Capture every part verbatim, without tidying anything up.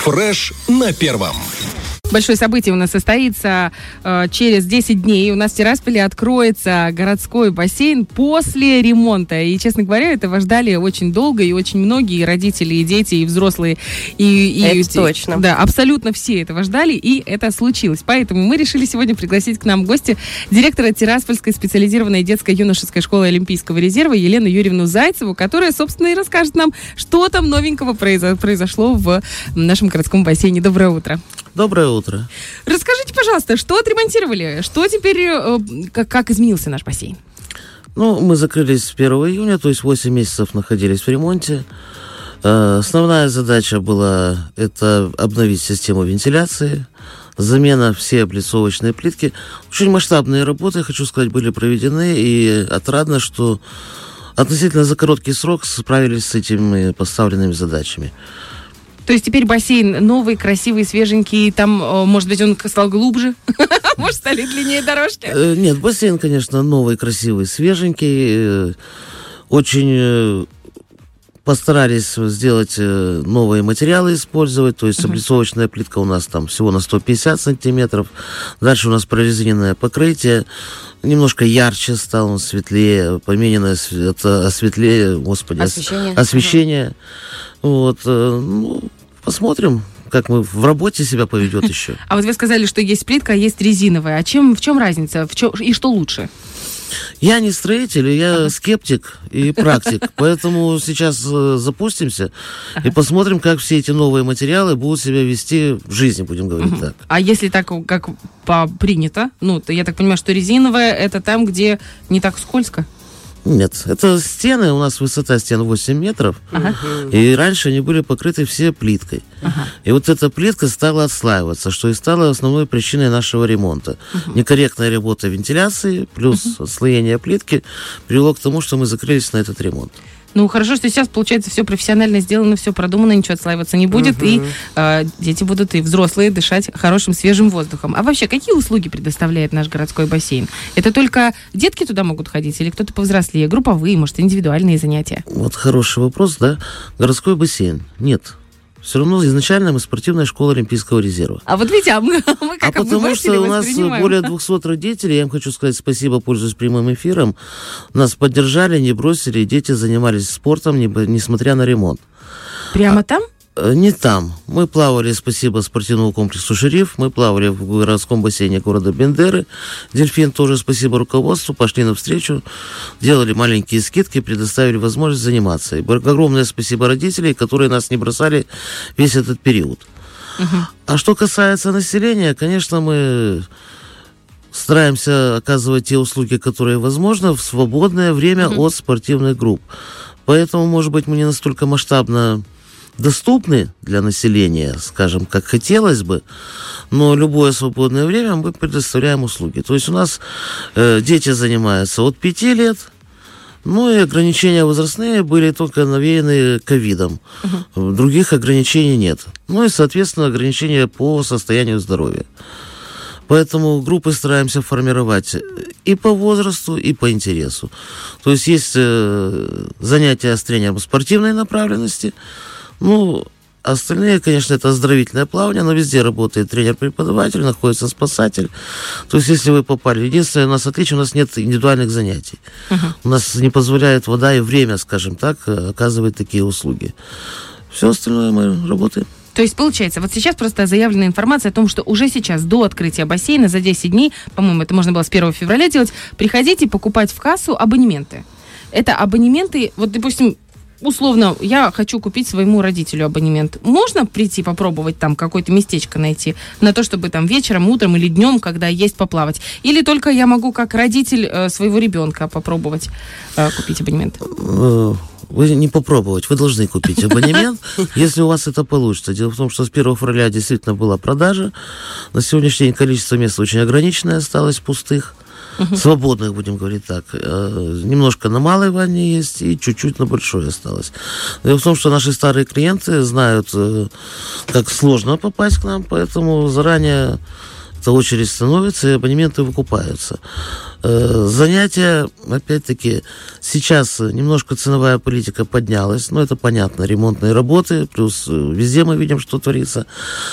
Фреш на первом. Большое событие у нас состоится э, через десять дней. У нас в Тирасполе откроется городской бассейн после ремонта. И, честно говоря, этого ждали очень долго, и очень многие, и родители, и дети, и взрослые. И, и, это и, точно. Да, абсолютно все этого ждали, и это случилось. Поэтому мы решили сегодня пригласить к нам в гости директора Тираспольской специализированной детско-юношеской школы Олимпийского резерва Елену Юрьевну Зайцеву, которая, собственно, и расскажет нам, что там новенького произошло в нашем городском бассейне. Доброе утро. Доброе утро. Расскажите, пожалуйста, что отремонтировали? Что теперь, э, как, как изменился наш бассейн? Ну, мы закрылись первого июня, то есть восемь месяцев находились в ремонте. Э, основная задача была это обновить систему вентиляции, замена всей облицовочной плитки. Очень масштабные работы, хочу сказать, были проведены, и отрадно, что относительно за короткий срок справились с этими поставленными задачами. То есть теперь бассейн новый, красивый, свеженький, там, может быть, он стал глубже? Может, стали длиннее дорожки? Нет, бассейн, конечно, новый, красивый, свеженький. Очень постарались сделать новые материалы использовать, то есть облицовочная плитка у нас там всего на сто пятьдесят сантиметров. Дальше у нас прорезиненное покрытие. Немножко ярче стал, он светлее, поменено это осветлее, господи, освещение. освещение. Вот, ну, посмотрим, как мы в работе себя поведет еще. А вот вы сказали, что есть плитка, а есть резиновая. А чем, в чем разница? В чем, и что лучше? Я не строитель, я ага. скептик и практик, поэтому сейчас запустимся ага. и посмотрим, как все эти новые материалы будут себя вести в жизни, будем говорить угу. так. А если так, как принято, ну, то я так понимаю, что резиновая это там, где не так скользко? Нет, это стены, у нас высота стен восемь метров, ага. и раньше они были покрыты все плиткой. Ага. И вот эта плитка стала отслаиваться, что и стало основной причиной нашего ремонта. Ага. Некорректная работа вентиляции плюс ага. отслоение плитки привело к тому, что мы закрылись на этот ремонт. Ну, хорошо, что сейчас, получается, все профессионально сделано, все продумано, ничего отслаиваться не будет, uh-huh. и э, дети будут, и взрослые, дышать хорошим, свежим воздухом. А вообще, какие услуги предоставляет наш городской бассейн? Это только детки туда могут ходить, или кто-то повзрослее, групповые, может, индивидуальные занятия? Вот хороший вопрос, да. Городской бассейн? Нет. Все равно изначально мы спортивная школа Олимпийского резерва. А вот видите, а мы, мы как а потому что у нас более двухсот родителей, я им хочу сказать спасибо, пользуясь прямым эфиром, нас поддержали, не бросили, дети занимались спортом, не, несмотря на ремонт. Прямо а, там? Не там. Мы плавали, спасибо спортивному комплексу «Шериф», мы плавали в городском бассейне города Бендеры. «Дельфин» тоже спасибо руководству, пошли навстречу, делали маленькие скидки, предоставили возможность заниматься. И огромное спасибо родителей, которые нас не бросали весь этот период. Угу. А что касается населения, конечно, мы стараемся оказывать те услуги, которые возможно, в свободное время угу. от спортивных групп. Поэтому, может быть, мы не настолько масштабно доступны для населения, скажем, как хотелось бы, но любое свободное время мы предоставляем услуги. То есть у нас э, дети занимаются от пяти лет, ну и ограничения возрастные были только навеяны ковидом. Uh-huh. Других ограничений нет. Ну и, соответственно, ограничения по состоянию здоровья. Поэтому группы стараемся формировать и по возрасту, и по интересу. То есть есть э, занятия с тренером спортивной направленности. Ну, остальные, конечно, это оздоровительное плавание, но везде работает тренер-преподаватель, находится спасатель. То есть, если вы попали... Единственное, у нас отличие, у нас нет индивидуальных занятий. Uh-huh. У нас не позволяет вода и время, скажем так, оказывать такие услуги. Все остальное мы работаем. То есть, получается, вот сейчас просто заявлена информация о том, что уже сейчас, до открытия бассейна, за десять дней, по-моему, это можно было с первого февраля делать, приходите покупать в кассу абонементы. Это абонементы, вот, допустим, условно, я хочу купить своему родителю абонемент. Можно прийти попробовать там какое-то местечко найти на то, чтобы там вечером, утром или днем, когда есть, поплавать? Или только я могу как родитель э, своего ребенка попробовать э, купить абонемент? Вы не попробовать, вы должны купить абонемент, если у вас это получится. Дело в том, что с первого февраля действительно была продажа. На сегодняшний день количество мест очень ограниченное осталось, пустых. Uh-huh. Свободных, будем говорить так. Немножко на малой ванне есть и чуть-чуть на большой осталось. Дело в том, что наши старые клиенты знают, как сложно попасть к нам, поэтому заранее эта очередь становится, и абонементы выкупаются. Занятия, опять-таки, сейчас немножко ценовая политика поднялась, но это понятно, ремонтные работы, плюс везде мы видим, что творится.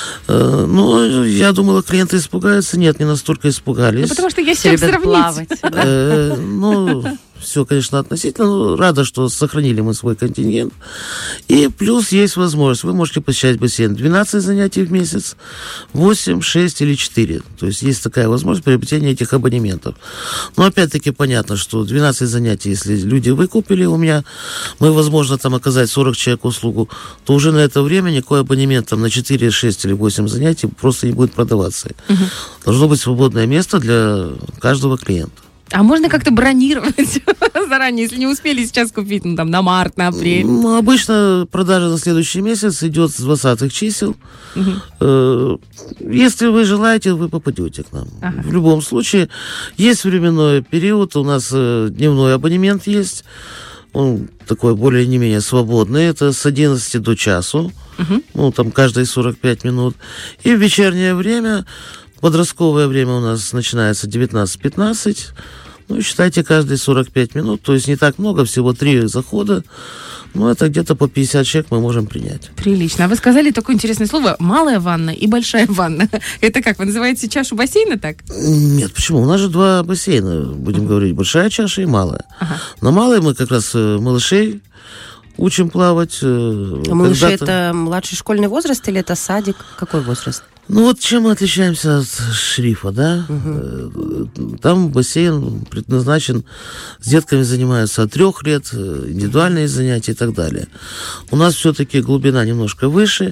Но я думала, клиенты испугаются. Нет, не настолько испугались. Ну, потому что есть чем сравнить. Ну, все, конечно, относительно, но рада, что сохранили мы свой контингент. И плюс есть возможность. Вы можете посещать бассейн двенадцать занятий в месяц, восемь, шесть или четыре. То есть есть такая возможность приобретения этих абонементов. Но опять-таки понятно, что двенадцать занятий, если люди выкупили у меня, мы, возможно, там оказать сорок человек услугу, то уже на это время никакой абонемент там, на четыре, шесть или восемь занятий просто не будет продаваться. Угу. Должно быть свободное место для каждого клиента. А можно как-то бронировать заранее, если не успели сейчас купить, ну, там, на март, на апрель? Ну, обычно продажа на следующий месяц идет с двадцатых чисел. Угу. Если вы желаете, вы попадете к нам. Ага. В любом случае, есть временной период, у нас дневной абонемент есть. Он такой более не менее свободный. Это с одиннадцати до часу. Угу. Ну, там каждые сорок пять минут. И в вечернее время... Подростковое время у нас начинается девятнадцать пятнадцать. Ну, считайте, каждые сорок пять минут. То есть не так много, всего три захода. Ну, это где-то по пятьдесят человек мы можем принять. Прилично. А вы сказали такое интересное слово «малая ванна» и «большая ванна». Это как, вы называете чашу бассейна так? Нет, почему? У нас же два бассейна, будем uh-huh. говорить, большая чаша и малая. Uh-huh. На малой мы как раз малышей учим плавать. А малыши — это младший школьный возраст или это садик? Какой возраст? Ну вот чем мы отличаемся от шерифа, да? Угу. Там бассейн предназначен, с детками занимаются от трех лет, индивидуальные занятия и так далее. У нас все-таки глубина немножко выше,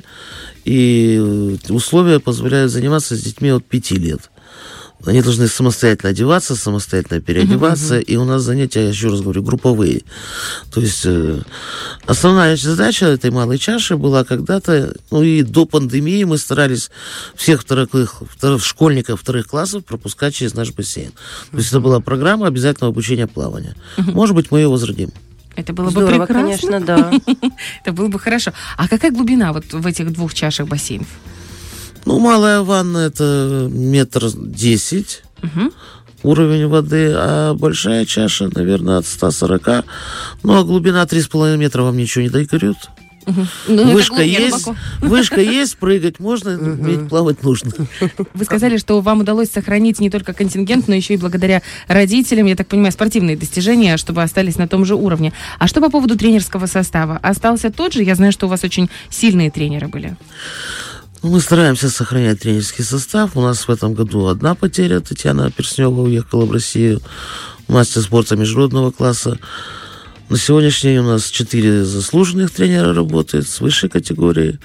и условия позволяют заниматься с детьми от пяти лет. Они должны самостоятельно одеваться, самостоятельно переодеваться, uh-huh, uh-huh. и у нас занятия, я еще раз говорю, групповые. То есть э, основная задача этой малой чаши была когда-то, ну и до пандемии мы старались всех вторых, вторых, школьников вторых классов пропускать через наш бассейн. Uh-huh. То есть это была программа обязательного обучения плавания. Uh-huh. Может быть, мы ее возродим. Это было Здорово, бы прекрасно. Конечно, да. Это было бы хорошо. А какая глубина вот в этих двух чашах бассейнов? Ну, малая ванна — это метр десять угу. уровень воды, а большая чаша, наверное, от ста сорока. Ну, а глубина три с половиной метра вам ничего не докорет. Угу. Ну, вышка есть, вышка есть, прыгать можно, уметь плавать нужно. Вы сказали, что вам удалось сохранить не только контингент, но еще и благодаря родителям, я так понимаю, спортивные достижения, чтобы остались на том же уровне. А что по поводу тренерского состава? Остался тот же? Я знаю, что у вас очень сильные тренеры были. Мы стараемся сохранять тренерский состав. У нас в этом году одна потеря. Татьяна Перснева уехала в Россию, мастер спорта международного класса. На сегодняшний день у нас четыре заслуженных тренера работает с высшей категории.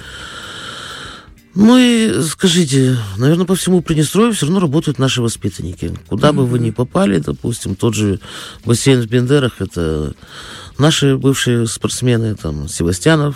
Ну и скажите, наверное, по всему Приднестровью все равно работают наши воспитанники. Куда mm-hmm. бы вы ни попали, допустим, тот же бассейн в Бендерах, это наши бывшие спортсмены, там, Севастьянов,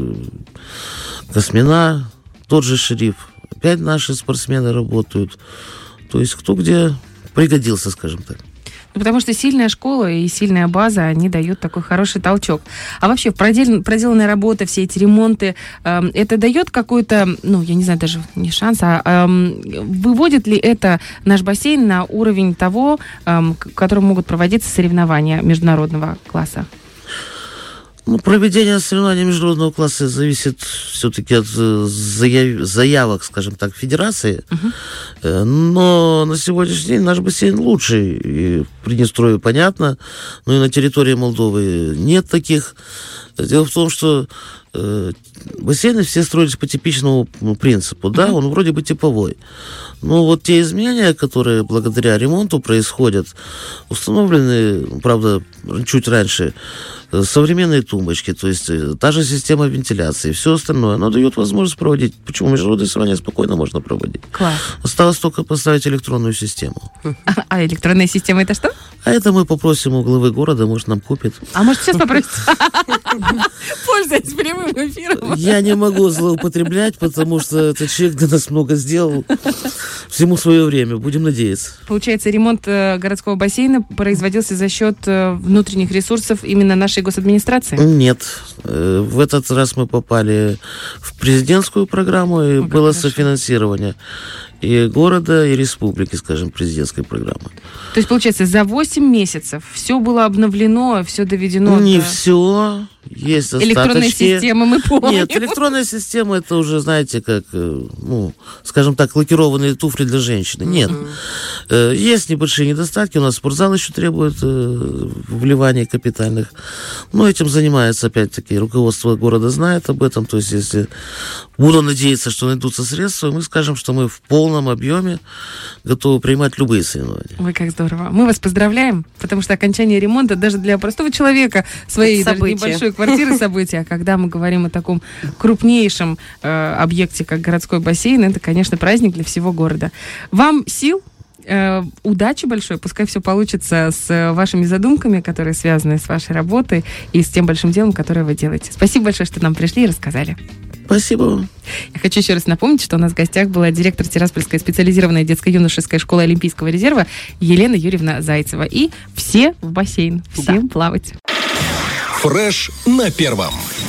Космина, тот же шериф. Опять наши спортсмены работают. То есть кто где пригодился, скажем так. Ну, потому что сильная школа и сильная база, они дают такой хороший толчок. А вообще, продел... проделанная работа, все эти ремонты, э, это дает какой-то, ну, я не знаю, даже не шанс, а э, выводит ли это наш бассейн на уровень того, э, к которому могут проводиться соревнования международного класса? Ну, проведение соревнований международного класса зависит все-таки от заяв... заявок, скажем так, федерации. Uh-huh. Но на сегодняшний день наш бассейн лучший. И в Приднестровье понятно, но и на территории Молдовы нет таких. Дело в том, что э, бассейны все строились по типичному принципу. Да, uh-huh. он вроде бы типовой. Но вот те изменения, которые благодаря ремонту происходят, установлены, правда, чуть раньше, современные тумбочки, то есть та же система вентиляции, все остальное, оно дает возможность проводить. Почему международные соревнования спокойно можно проводить? Класс. Осталось только поставить электронную систему. А, а электронная система это что? А это мы попросим у главы города, может, нам купит. А может, сейчас попросить? Пользуясь прямым эфиром. Я не могу злоупотреблять, потому что этот человек для нас много сделал. Всему свое время, будем надеяться. Получается, ремонт городского бассейна производился за счет внутренних ресурсов именно нашей госадминистрации? Нет. В этот раз мы попали в президентскую программу, и ну, было хорошо. Софинансирование. и города, и республики, скажем, президентской программы. То есть, получается, за восемь месяцев все было обновлено, все доведено? Не до... все. Есть остаточки. Электронная система, мы помним. Нет, электронная система, это уже, знаете, как, ну, скажем так, лакированные туфли для женщины. Нет. Mm-hmm. Есть небольшие недостатки. У нас спортзал еще требует вливания капитальных. Но этим занимается, опять-таки, руководство города знает об этом. То есть, если буду надеяться, что найдутся средства, мы скажем, что мы в полном объеме готовы принимать любые соревнования. Ой, как здорово. Мы вас поздравляем, потому что окончание ремонта даже для простого человека своей даже небольшой квартиры события, а когда мы говорим о таком крупнейшем э, объекте, как городской бассейн, это, конечно, праздник для всего города. Вам сил, э, удачи большой, пускай все получится с вашими задумками, которые связаны с вашей работой и с тем большим делом, которое вы делаете. Спасибо большое, что нам пришли и рассказали. Спасибо вам. Я хочу еще раз напомнить, что у нас в гостях была директор Тираспольской специализированной детско-юношеской школы Олимпийского резерва Елена Юрьевна Зайцева. И все в бассейн, всем да. плавать. Фреш на первом.